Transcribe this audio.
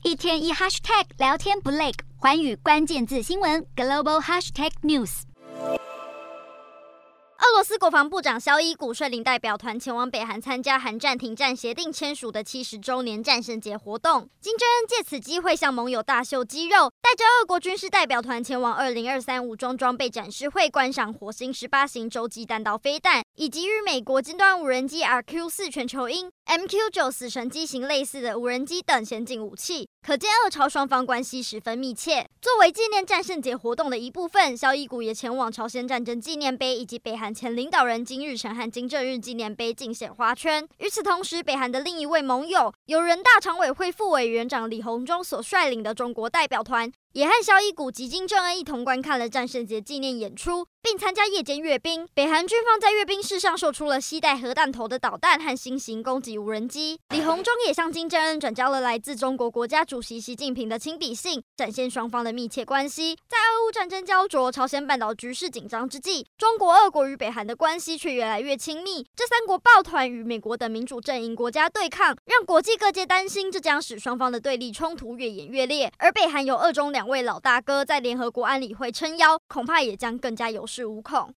一天一 hashtag 聊天不累，寰宇关键字新闻 global hashtag news。 俄罗斯国防部长肖伊古率领代表团前往北韩参加韩战停战协定签署的70周年战胜节活动。金正恩借此机会向盟友大秀肌肉，带着俄国军事代表团前往2023武装装备展示会观赏火星18型洲际弹道飞弹，以及与美国尖端无人机 RQ-4 全球鹰、MQ-9 死神机型类似的无人机等先进武器。可见俄朝双方关系十分密切。作为纪念战胜节活动的一部分，肖伊古也前往朝鲜战争纪念碑以及北韩前领导人金日成和金正日纪念碑竞选花圈。与此同时，北韩的另一位盟友，由人大常委会副委员长李鸿忠所率领的中国代表团，也和肖伊古及金正恩一同观看了战胜节纪念演出，并参加夜间阅兵。北韩军方在阅兵式上秀出了携带核弹头的导弹和新型攻击无人机。李鸿忠也向金正恩转交了来自中国国家主席习近平的亲笔信，展现双方的密切关系。在俄乌战争焦灼、朝鲜半岛局势紧张之际，中国、俄国与北韩的关系却越来越亲密。这三国抱团与美国等民主阵营国家对抗，让国际各界担心这将使双方的对立冲突越演越烈。而北韩有俄中两位老大哥在联合国安理会撑腰，恐怕也将更加有恃无恐。